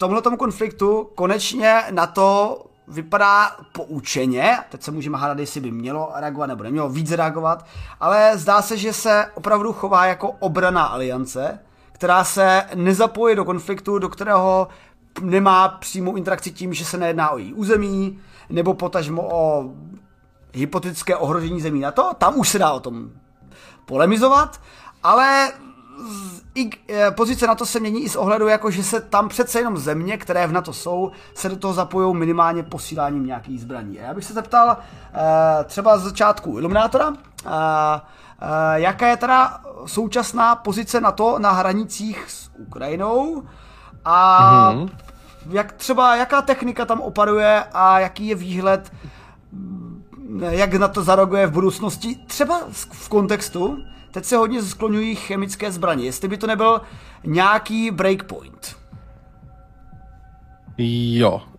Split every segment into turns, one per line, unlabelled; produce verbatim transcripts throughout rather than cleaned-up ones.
tomhletom konfliktu konečně na to vypadá poučeně, teď se můžeme hádat, jestli by mělo reagovat nebo nemělo víc reagovat, ale zdá se, že se opravdu chová jako obranná aliance, která se nezapojí do konfliktu, do kterého nemá přímou interakci tím, že se nejedná o její území, nebo potažmo o hypotetické ohrožení zemí NATO, tam už se dá o tom polemizovat, ale i pozice NATO se mění i z ohledu, jako že se tam přece jenom země, které v NATO jsou, se do toho zapojují minimálně posíláním nějakých zbraní. Já bych se zeptal třeba z začátku Iluminátora, jaká je teda současná pozice NATO na hranicích s Ukrajinou a mm-hmm. jak třeba, jaká technika tam operuje a jaký je výhled, jak na to zareaguje v budoucnosti, třeba v kontextu, teď se hodně skloňují chemické zbraně, jestli by to nebyl nějaký breakpoint.
Jo, uh,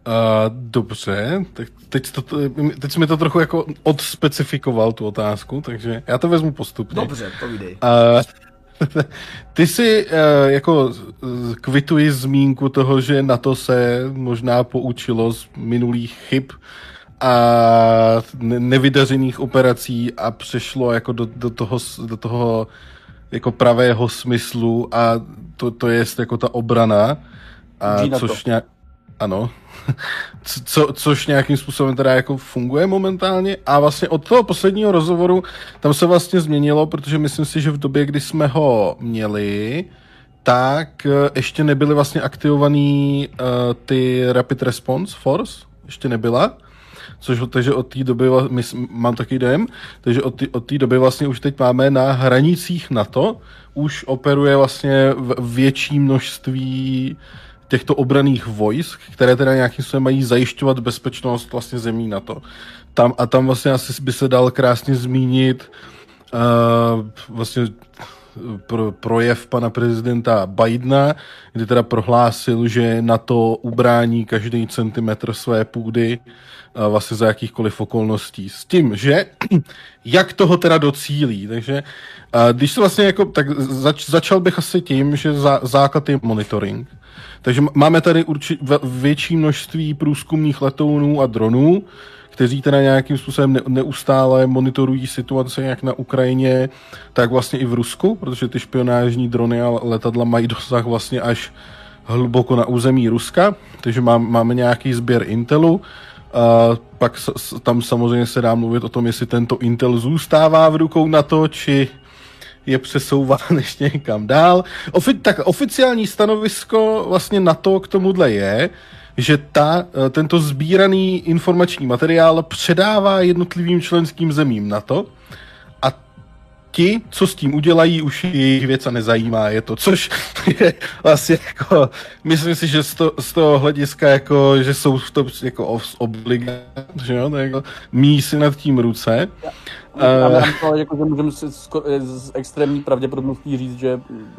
dobře, tak teď, to, teď jsi mi to trochu jako odspecifikoval tu otázku, takže já to vezmu postupně.
Dobře, povídej.
Uh, ty si uh, jako kvituji zmínku toho, že NATO se možná poučilo z minulých chyb a nevydařených operací a přešlo jako do, do toho, do toho jako pravého smyslu a to, to je jako ta obrana, a což nějak, ano, Co, což nějakým způsobem teda jako funguje momentálně a vlastně od toho posledního rozhovoru tam se vlastně změnilo, protože myslím si, že v době, kdy jsme ho měli, tak ještě nebyly vlastně aktivovaný uh, ty Rapid Response Force, ještě nebyla, což takže od té doby, mám taky dojem, takže od té od té doby vlastně už teď máme na hranicích NATO, už operuje vlastně větší množství těchto obranných vojsk, které teda nějakým způsobem mají zajišťovat bezpečnost vlastně zemí NATO. Tam, a tam vlastně asi by se dal krásně zmínit uh, vlastně pro, projev pana prezidenta Bidena, kdy teda prohlásil, že NATO ubrání každý centimetr své půdy uh, vlastně za jakýchkoliv okolností. S tím, že jak toho teda docílí. Takže uh, když se vlastně jako, tak zač, začal bych asi tím, že za, základ je monitoring. Takže máme tady určitě větší množství průzkumných letounů a dronů, kteří teda nějakým způsobem neustále monitorují situaci jak na Ukrajině, tak vlastně i v Rusku, protože ty špionážní drony a letadla mají dosah vlastně až hluboko na území Ruska, takže máme nějaký sběr intelu. A pak tam samozřejmě se dá mluvit o tom, jestli tento intel zůstává v rukou NATO, či je přesouván ještě někam dál. Ofi- tak oficiální stanovisko vlastně NATO k tomuhle je, že ta, tento sbíraný informační materiál předává jednotlivým členským zemím NATO a ti, co s tím udělají, už jejich věc a nezajímá je to, což je vlastně jako, myslím si, že z, to, z toho hlediska jako, že jsou v tom jako obligát, že jo, jako míjí si nad tím ruce.
Já uh, mám to, jako, že můžeme si z extrémní pravděpodobností říct, že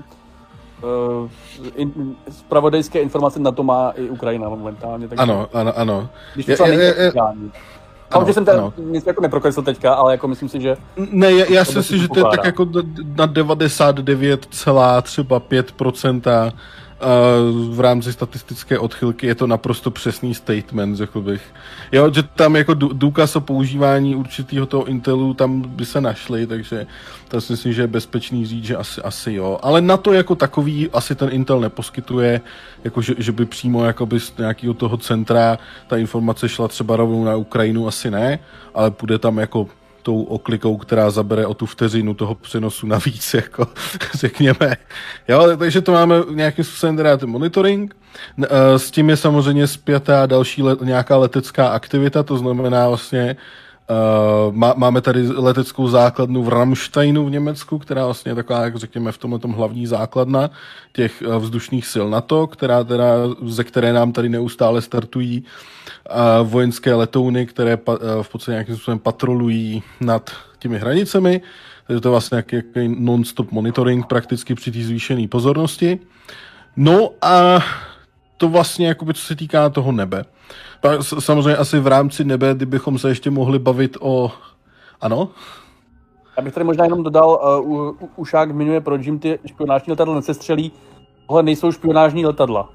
uh, in, zpravodajské informace na to má i Ukrajina momentálně. Takže
ano, ano, ano.
Když to je, je, je, ano, že jsem ten, nic jako neprokresl teďka, ale jako myslím si, že...
Ne, já, já si myslím, že to je tak jako na devadesát devět celá pět procenta v rámci statistické odchylky je to naprosto přesný statement, řekl bych. Jo, že tam jako důkaz o používání určitého toho Intelu tam by se našli, takže to si myslím, že je bezpečný říct, že asi, asi jo. Ale na to jako takový asi ten Intel neposkytuje, jako že, že by přímo jakoby z nějakého toho centra ta informace šla třeba rovnou na Ukrajinu, asi ne, ale půjde tam jako tou oklikou, která zabere o tu vteřinu toho přenosu navíc, jako řekněme. Jo, takže to máme nějakým způsobem teda ten monitoring. S tím je samozřejmě zpětá další let, nějaká letecká aktivita, to znamená vlastně uh, má, máme tady leteckou základnu v Ramsteinu v Německu, která vlastně je taková, jak řekněme, v tomhle tom hlavní základna těch uh, vzdušných sil NATO, která teda, ze které nám tady neustále startují uh, vojenské letouny, které pa, uh, v podstatě nějakým způsobem patrolují nad těmi hranicemi. Takže to je vlastně nějaký non-stop monitoring prakticky při té zvýšené pozornosti. No a to vlastně, jakoby, co se týká toho nebe. Samozřejmě asi v rámci nebe, kdybychom se ještě mohli bavit o... Ano?
Já bych tady možná jenom dodal, uh, Ušák zmiňuje, proč jim ty špionážní letadla nesestřelí. Tohle nejsou špionážní letadla.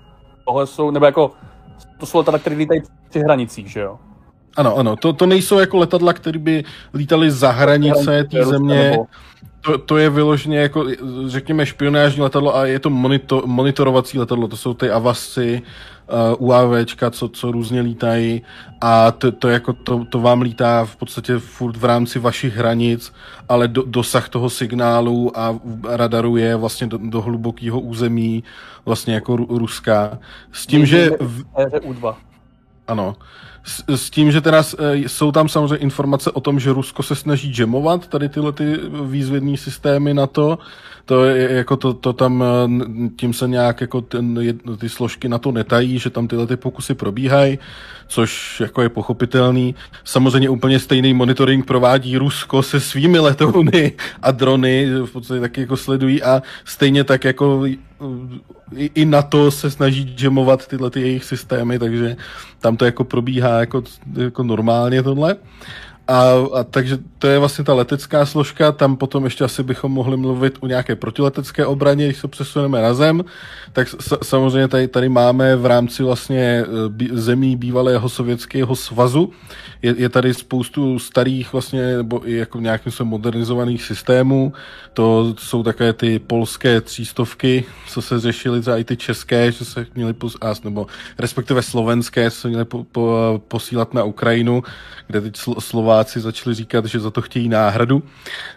tohle jsou, nebo jako, to jsou letadla, které lítají při hranicích, že jo?
Ano, ano, to, to nejsou jako letadla, které by lítaly za hranice té země. To, to je vyloženě jako, řekněme, špionážní letadlo a je to monitor, monitorovací letadlo. To jsou ty Avasy, uh, UAVčka, co, co různě lítají a to, to, jako to, to vám lítá v podstatě furt v rámci vašich hranic, ale do, dosah toho signálu a radaru je vlastně do, do hlubokého území, vlastně jako Ruska. S tím, že... V...
U dva.
Ano. S, s tím, že teda jsou tam samozřejmě informace o tom, že Rusko se snaží jamovat tady tyhle ty výzvědní systémy na to, to je jako to, to tam, tím se nějak jako ten, ty složky na to netají, že tam tyhle ty pokusy probíhají, což jako je pochopitelný. Samozřejmě úplně stejný monitoring provádí Rusko se svými letouny a drony, v podstatě taky jako sledují a stejně tak jako i, i NATO se snaží jamovat tyhle ty jejich systémy, takže tam to jako probíhá jako, jako normálně tohle. A, a takže to je vlastně ta letecká složka, tam potom ještě asi bychom mohli mluvit o nějaké protiletecké obraně, když se přesuneme na zem, tak s, samozřejmě tady, tady máme v rámci vlastně zemí bývalého Sovětského svazu, je, je tady spoustu starých vlastně, nebo i jako nějakým svým modernizovaných systémů, to jsou také ty polské třístovky, co se řešily, za i ty české, že se měly, pos, nebo respektive slovenské, co se měly po, po, posílat na Ukrajinu, kde teď Slováci začali říkat, že za to chtějí náhradu, uh,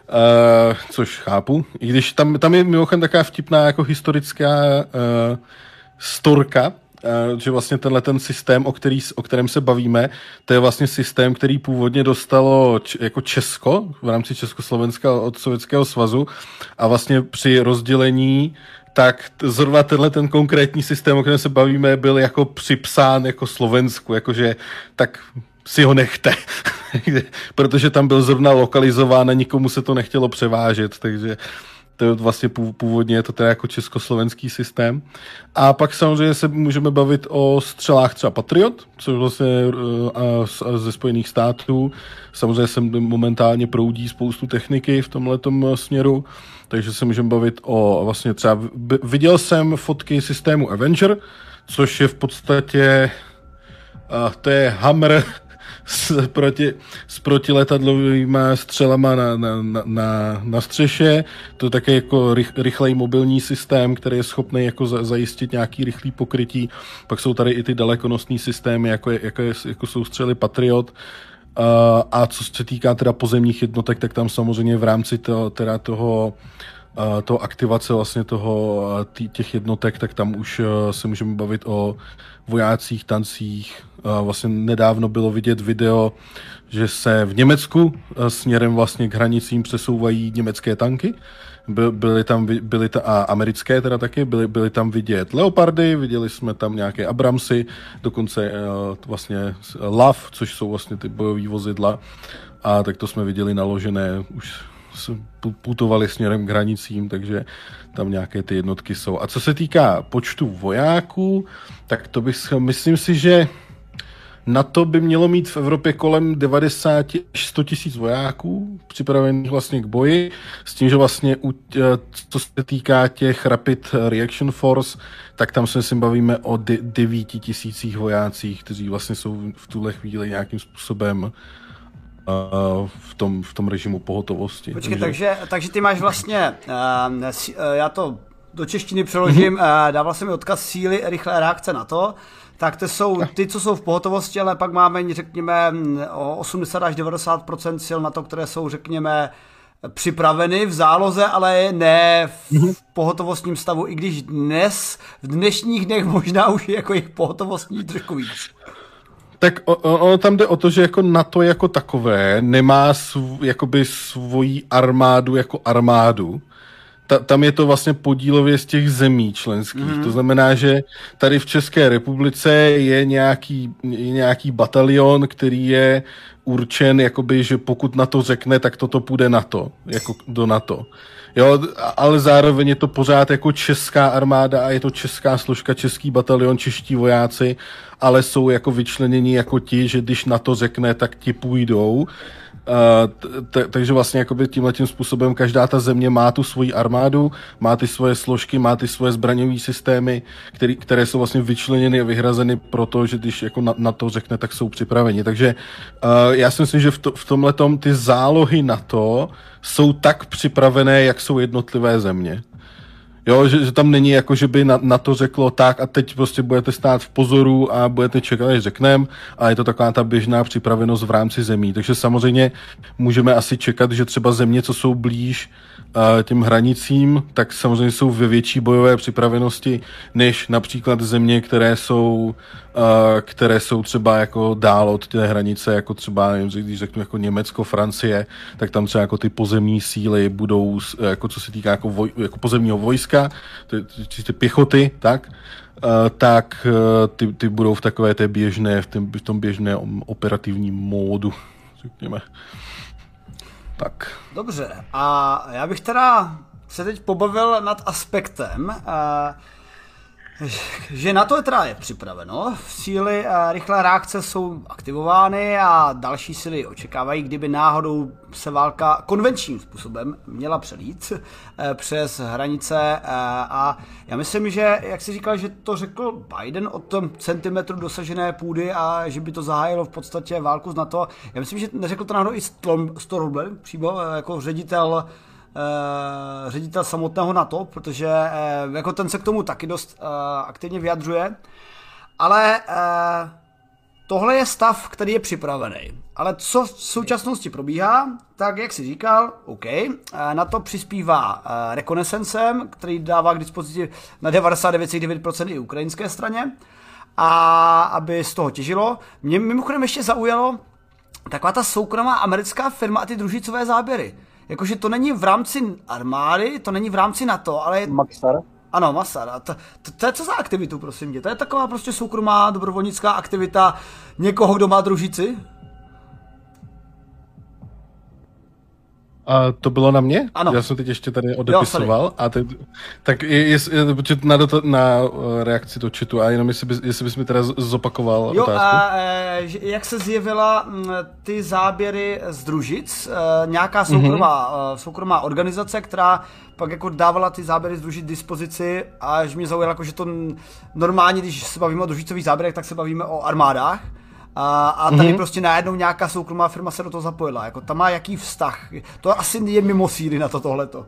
což chápu. I když tam, tam je mimochodem taková vtipná jako historická uh, storka, uh, že vlastně tenhle ten systém, o, který, o kterém se bavíme, to je vlastně systém, který původně dostalo č, jako Česko v rámci Československa od Sovětského svazu a vlastně při rozdělení tak zrovna tenhle ten konkrétní systém, o kterém se bavíme, byl jako připsán jako Slovensku, jakože tak si ho nechte, protože tam byl zrovna lokalizován a nikomu se to nechtělo převážet, takže to je vlastně původně je to teda jako československý systém. A pak samozřejmě se můžeme bavit o střelách třeba Patriot, což vlastně ze Spojených států. Samozřejmě se momentálně proudí spoustu techniky v tomhletom směru, takže se můžeme bavit o vlastně třeba, viděl jsem fotky systému Avenger, což je v podstatě to je Hammer s, proti, s protiletadlovými střelama na, na, na, na střeše. To je také jako rych, rychlej mobilní systém, který je schopný jako za, zajistit nějaký rychlý pokrytí. Pak jsou tady i ty dalekonosní systémy, jako, je, jako, je, jako jsou střely Patriot. Uh, a co se týká teda pozemních jednotek, tak tam samozřejmě v rámci to, teda toho Uh, toho aktivace vlastně toho, tý, těch jednotek, tak tam už uh, se můžeme bavit o vojácích, tancích. Uh, vlastně nedávno bylo vidět video, že se v Německu uh, směrem vlastně k hranicím přesouvají německé tanky. By, byly tam, byly ta, a americké teda taky, byly, byly tam vidět Leopardy, viděli jsme tam nějaké Abramsy, dokonce uh, vlastně Lav, což jsou vlastně ty bojové vozidla. A tak to jsme viděli naložené už putovali směrem k hranicím, takže tam nějaké ty jednotky jsou. A co se týká počtu vojáků, tak to bych, myslím si, že NATO by mělo mít v Evropě kolem devadesát až sto tisíc vojáků připravených vlastně k boji, s tím, že vlastně co se týká těch Rapid Reaction Force, tak tam se myslím bavíme o devíti tisících vojácích, kteří vlastně jsou v tuhle chvíli nějakým způsobem v tom, v tom režimu pohotovosti.
Počkej, takže, takže, takže ty máš vlastně, uh, já to do češtiny přeložím, mm-hmm. uh, dával jsem mi odkaz síly rychlé reakce na to, tak to jsou ty, co jsou v pohotovosti, ale pak máme, řekněme, o osmdesát až devadesát procent sil na to, které jsou, řekněme, připraveny v záloze, ale ne v mm-hmm. pohotovostním stavu, i když dnes, v dnešních dnech možná už je jako jejich pohotovostní trošku víc.
Tak ono tam jde o to, že jako NATO jako takové nemá sv, jakoby svoji armádu jako armádu. Ta, tam je to vlastně podílově z těch zemí členských. Mm. To znamená, že tady v České republice je nějaký, je nějaký batalion, který je určen, jakoby, že pokud NATO řekne, tak toto půjde NATO, jako do NATO. Jo, ale zároveň je to pořád jako česká armáda a je to česká složka, český batalion, čeští vojáci, ale jsou jako vyčleněni jako ti, že když NATO řekne, tak ti půjdou. t- takže vlastně jakoby tímhletím způsobem každá ta země má tu svoji armádu, má ty svoje složky, má ty svoje zbraňové systémy, který, které jsou vlastně vyčleněny a vyhrazeny pro to, že když jako na, na to řekne, tak jsou připraveni. Takže uh, já si myslím, že v, to, v tomhletom ty zálohy na to jsou tak připravené, jak jsou jednotlivé země. Jo, že, že tam není jako, že by na, na to řeklo tak a teď prostě budete stát v pozoru a budete čekat, než řeknem, a je to taková ta běžná připravenost v rámci zemí. Takže samozřejmě můžeme asi čekat, že třeba země, co jsou blíž uh, těm hranicím, tak samozřejmě jsou ve větší bojové připravenosti, než například země, které jsou, uh, které jsou třeba jako dál od té hranice, jako třeba, nevím, když řeknu jako Německo, Francie, tak tam třeba jako ty pozemní síly budou, jako co se týká jako, voj, jako pozemního vojska, čistě pěchoty, tak, uh, tak uh, ty, ty budou v takové té běžné, v, tém, v tom běžném operativním módu, řekněme. Tak.
Dobře, a já bych teda se teď pobavil nad aspektem, uh, že na to je teda je připraveno, síly rychlé reakce jsou aktivovány a další síly očekávají, kdyby náhodou se válka konvenčním způsobem měla přelít přes hranice, a já myslím, že, jak jsi říkal, že to řekl Biden o tom centimetru dosažené půdy a že by to zahájilo v podstatě válku s NATO, já myslím, že neřekl to náhodou i Stoltenberg, přímo jako ředitel Uh, ředitel samotného NATO, protože uh, jako ten se k tomu taky dost uh, aktivně vyjadřuje, ale uh, tohle je stav, který je připravený. Ale co v současnosti probíhá, tak jak jsi říkal, OK, uh, NATO přispívá uh, rekonesencem, který dává k dispozici na devadesát devět celá devět procent i ukrajinské straně, a aby z toho těžilo. Mě mimochodem ještě zaujalo taková ta soukromá americká firma a ty družicové záběry. Jakože to není v rámci armády, to není v rámci NATO, ale je...
Maxar?
Ano, Maxar. A to, to, to je co za aktivitu, prosím tě? To je taková prostě soukromá dobrovolnická aktivita někoho, kdo má družici?
A to bylo na mě?
Ano.
Já jsem teď ještě tady odepisoval. Jo, a teď, tak je, je, na, na reakci do chatu, a jenom jestli, bys, jestli bys mi teda zopakoval
jo,
otázku.
A, jak se zjevila ty záběry z družic, nějaká soukromá, mm-hmm. soukromá organizace, která pak jako dávala ty záběry z družic dispozici, a až mě zaujalo, jako, že to normálně, když se bavíme o družicových záběrech, tak se bavíme o armádách. A, a tady mm-hmm. prostě najednou nějaká soukromá firma se do toho zapojila. Jako tam má jaký vztah? To asi je mimo síly na to tohleto.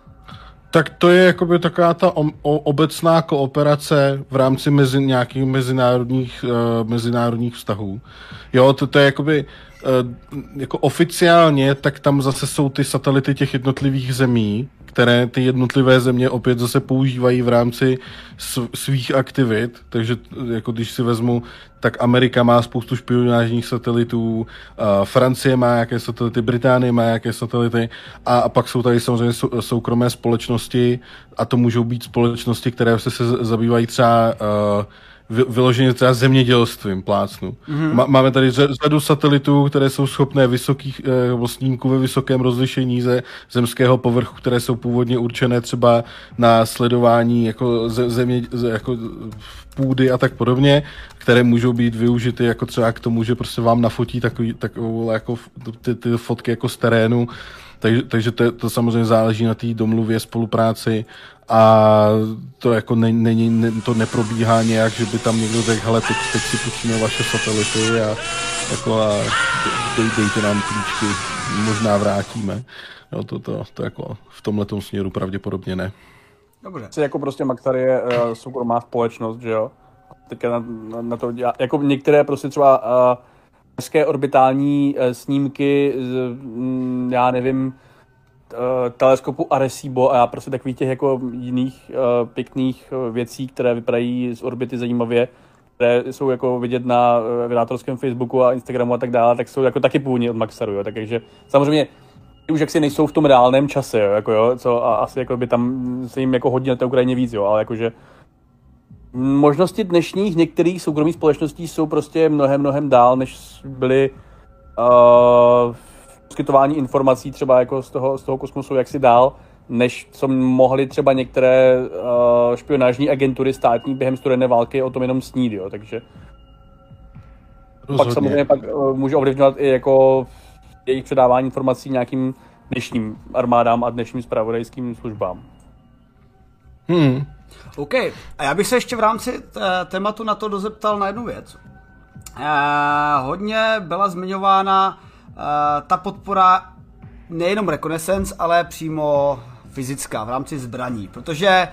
Tak to je jakoby taková ta o, o, obecná kooperace v rámci mezi nějakých mezinárodních, uh, mezinárodních vztahů. Jo, to, to je jakoby uh, jako oficiálně, tak tam zase jsou ty satelity těch jednotlivých zemí, které ty jednotlivé země opět zase používají v rámci svých aktivit, takže jako když si vezmu, tak Amerika má spoustu špionážních satelitů, Francie má nějaké satelity, Británie má nějaké satelity, a, a pak jsou tady samozřejmě sou, soukromé společnosti, a to můžou být společnosti, které se, se zabývají třeba uh, vyloženě třeba zemědělstvím, plácnu. Mm-hmm. Máme tady řadu satelitů, které jsou schopné vysokých eh, snímků ve vysokém rozlišení ze zemského povrchu, které jsou původně určené třeba na sledování jako země, jako půdy a tak podobně, které můžou být využity jako třeba k tomu, že prostě vám nafotí takový, takovou jako ty, ty fotky jako z terénu. Takže, takže to, to samozřejmě záleží na té domluvě, spolupráci, a to jako ne, ne, ne, to neprobíhá nějak, že by tam někdo řekl, hele, teď, teď si pustíme vaše satelity a, jako a dej, dejte nám klíčky, možná vrátíme. Jo, to, to, to jako v tomhletom směru pravděpodobně ne.
Dobře. Jako prostě Maxar je uh, soukromá společnost, že jo? Teďka na, na, na to dělá, jako některé prostě třeba uh, hezké orbitální uh, snímky z, mm, já nevím, uh, teleskopu Arecibo a prostě takových těch jako jiných uh, pěkných uh, věcí, které vypadají z orbity zajímavě, které jsou jako vidět na uh, vydátorském Facebooku a Instagramu a tak dále, tak jsou jako taky původně od Maxaru, jo? Tak, takže samozřejmě už jaksi nejsou v tom reálném čase, jo? Jako, jo? Co, a asi jako by tam se jim jako hodně na té Ukrajině víc, jo? Ale jakože možnosti dnešních některých soukromých společností jsou prostě mnohem, mnohem dál, než byly uh, poskytování informací třeba jako z toho, z toho kosmosu jaksi dál, než co mohly třeba některé uh, špionážní agentury státní během studené války o tom jenom snít, jo, takže rozhodně. Pak samozřejmě pak uh, může ovlivňovat i jako jejich předávání informací nějakým dnešním armádám a dnešním zpravodajským službám.
Hmm.
OK. A já bych se ještě v rámci tématu na to dozeptal na jednu věc. Eh, hodně byla zmiňována eh, ta podpora nejenom reconnaissance, ale přímo fyzická v rámci zbraní, protože eh,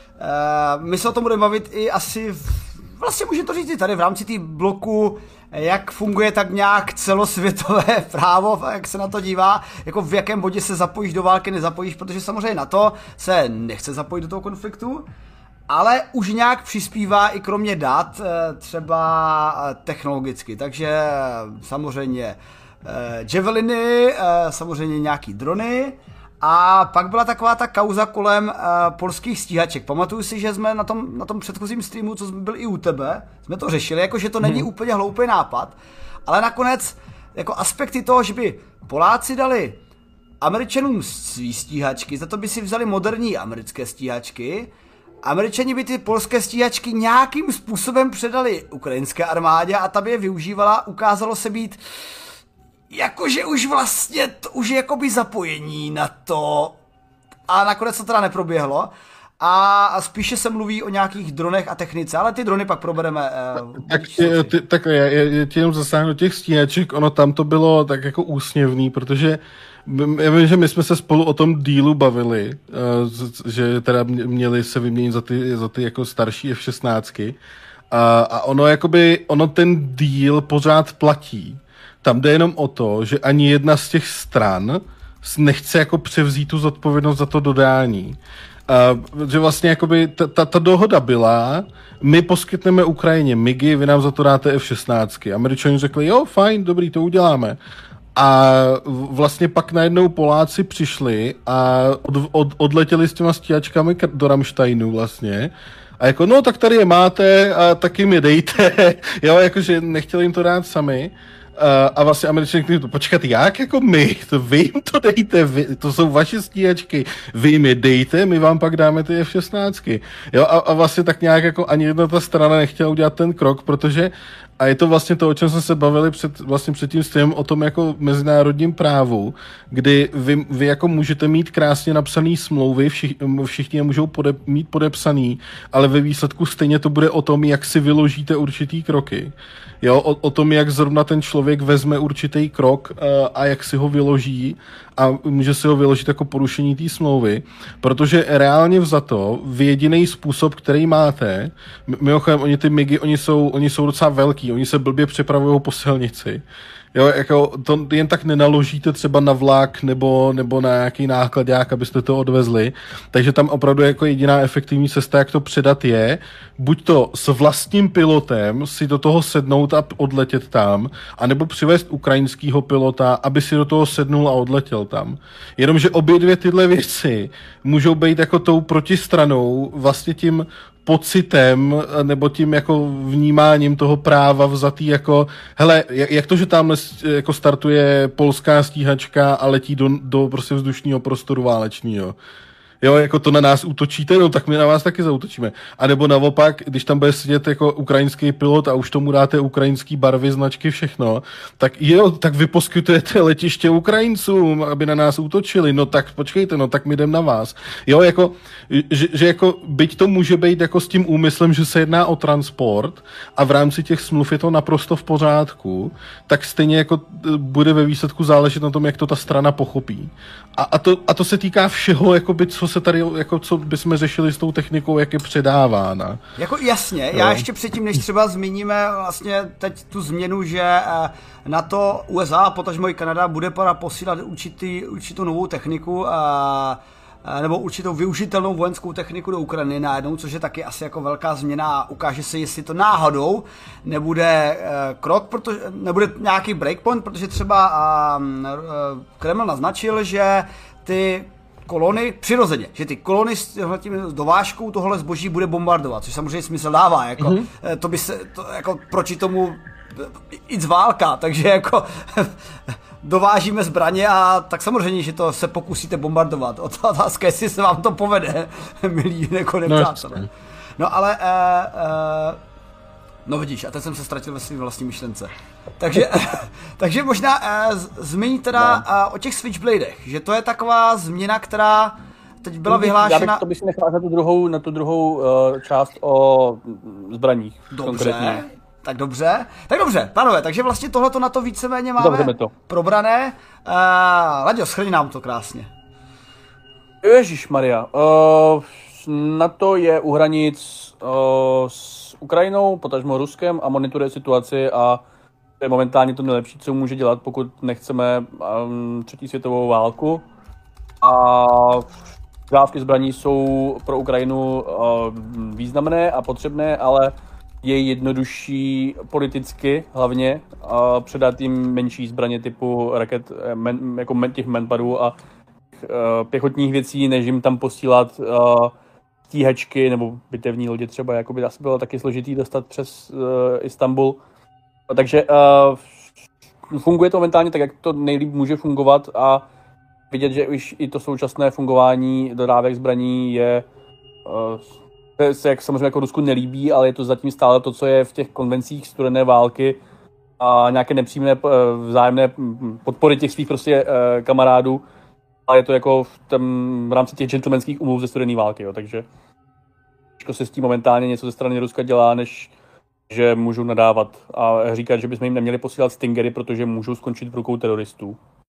my se o tom budeme bavit i asi v, vlastně můžeme to říct i tady v rámci té bloku, jak funguje tak nějak celosvětové právo, jak se na to dívá, jako v jakém bodě se zapojíš do války, nezapojíš, protože samozřejmě na to se nechce zapojit do toho konfliktu, ale už nějak přispívá i kromě dat třeba technologicky, takže samozřejmě javeliny, samozřejmě nějaký drony a pak byla taková ta kauza kolem polských stíhaček. Pamatuju si, že jsme na tom, na tom předchozím streamu, co jsme byli i u tebe, jsme to řešili, jakože to není hmm. úplně hloupý nápad, ale nakonec jako aspekty toho, že by Poláci dali Američanům svý stíhačky, za to by si vzali moderní americké stíhačky, Američani by ty polské stíhačky nějakým způsobem předali ukrajinské armádě a ta by je využívala, ukázalo se být jakože už vlastně to už je jakoby zapojení na to a nakonec to teda neproběhlo a spíše se mluví o nějakých dronech a technice, ale ty drony pak probereme. Uh,
tak, ty, ty, tak já, já ti jenom zasáhnu do těch stíhaček, ono tam to bylo tak jako úsměvný, protože já vím, že my jsme se spolu o tom dílu bavili, že teda měli se vyměnit za ty, za ty jako starší F šestnáct a, a ono jakoby, ono ten díl pořád platí. Tam jde jenom o to, že ani jedna z těch stran nechce jako převzít tu zodpovědnost za to dodání. Uh, že vlastně jakoby ta, ta, ta dohoda byla, my poskytneme Ukrajině migy, vy nám za to dáte F šestnáct. Američani řekli, jo, fajn, dobrý, to uděláme. A vlastně pak najednou Poláci přišli a od, od, odletěli s těma stíhačkami do Ramsteinu vlastně. A jako, no tak tady je máte a taky jim je dejte. Jo, jakože nechtěli jim to dát sami. Uh, a vlastně Američané řekli, počkat, jak jako my, to vy jim to dejte, vy, to jsou vaše stíhačky, vy jim je dejte, my vám pak dáme ty F šestnáct. Jo, a, a vlastně tak nějak jako ani jedna ta strana nechtěla udělat ten krok, protože a je to vlastně to, o čem jsme se bavili před, vlastně před tím streamem, o tom jako mezinárodním právu, kdy vy, vy jako můžete mít krásně napsaný smlouvy, všich, všichni je můžou pode, mít podepsaný, ale ve výsledku stejně to bude o tom, jak si vyložíte určitý kroky. Jo, o, o tom, jak zrovna ten člověk vezme určitý krok uh, a jak si ho vyloží a může si ho vyložit jako porušení té smlouvy, protože reálně vzato v jediný způsob, který máte, mimochodem oni ty migy, oni jsou, oni jsou docela velký, oni se blbě přepravují po silnici. Jo, jako to jen tak nenaložíte třeba na vlak nebo, nebo na nějaký nákladák, abyste to odvezli. Takže tam opravdu jako jediná efektivní cesta, jak to předat je, buď to s vlastním pilotem si do toho sednout a odletět tam, anebo přivést ukrajinského pilota, aby si do toho sednul a odletěl tam. Jenomže obě dvě tyhle věci můžou být jako tou protistranou vlastně tím pocitem nebo tím jako vnímáním toho práva vzatý jako, hele, jak to, že tam jako startuje polská stíhačka a letí do, do prostě vzdušního prostoru válečního. Jo, jako to na nás útočíte, no tak my na vás taky zaútočíme. A nebo naopak, když tam bude sedět jako ukrajinský pilot a už tomu dáte ukrajinský barvy, značky, všechno, tak jo, tak vy poskytujete letiště Ukrajincům, aby na nás útočili, no tak počkejte, no tak my jdem na vás. Jo, jako, že, že jako, byť to může být jako s tím úmyslem, že se jedná o transport a v rámci těch smluv je to naprosto v pořádku, tak stejně jako bude ve výsledku záležet na tom, jak to ta strana pochopí. A, a, to, a to se týká všeho, jakoby, co se tady, jako co bychom řešili s tou technikou, jak je předávána.
Jako jasně, no. Já ještě předtím, než třeba zmíníme vlastně teď tu změnu, že na to U S A a potažmo i Kanada bude para posílat určitý, určitou novou techniku a nebo určitou využitelnou vojenskou techniku do Ukrajiny najednou, což je taky asi jako velká změna a ukáže se, jestli to náhodou nebude uh, krok, protože nebude nějaký breakpoint, protože třeba uh, uh, Kreml naznačil, že ty kolony, přirozeně, že ty kolony s tím dovážkou tohle zboží bude bombardovat, což samozřejmě smysl dává, jako, mm-hmm. to by se, to, jako proti tomu jít válka, takže jako dovážíme zbraně a tak samozřejmě, že to se pokusíte bombardovat. Otázka, jestli se vám to povede, milí jako nepřátelé. No, no ale uh, uh, No vidíš, a teď jsem se ztratil ve svým vlastní myšlence. Takže, takže možná uh, zmíní teda uh, o těch Switchbladech, že to je taková změna, která teď byla vyhlášena...
Já bych, to bych si nechal na tu druhou, na tu druhou uh, část o zbraních.
Dobře,
konkrétně.
tak dobře. Tak dobře, pánové, takže vlastně tohleto na to víceméně máme
to.
probrané. Uh, Laďo, shrni nám to krásně.
Ježišmarja, uh, NATO je u hranic uh, s Ukrajinou, potažmo Ruskem a monitoruje situaci a to je momentálně to nejlepší, co může dělat, pokud nechceme um, třetí světovou válku. A dodávky zbraní jsou pro Ukrajinu uh, významné a potřebné, ale je jednodušší politicky hlavně uh, předat jim menší zbraně typu raket, men, jako men, těch manpadů a uh, pěchotních věcí, než jim tam posílat uh, stíhačky nebo bitevní lodě třeba, jako by asi bylo taky složitý dostat přes uh, Istanbul. Takže uh, funguje to momentálně tak, jak to nejlíp může fungovat a vidět, že už i to současné fungování dodávek zbraní je, uh, to se jak samozřejmě jako Rusku nelíbí, ale je to zatím stále to, co je v těch konvencích studené války a nějaké nepřímé uh, vzájemné podpory těch svých prostě uh, kamarádů. A je to jako v, tom, v rámci těch gentlemanských umluv ze studené války, jo, takže těžko se s tím momentálně něco ze strany Ruska dělá, než že můžou nadávat a říkat, že bychom jim neměli posílat stingery, protože můžou skončit v rukou teroristů.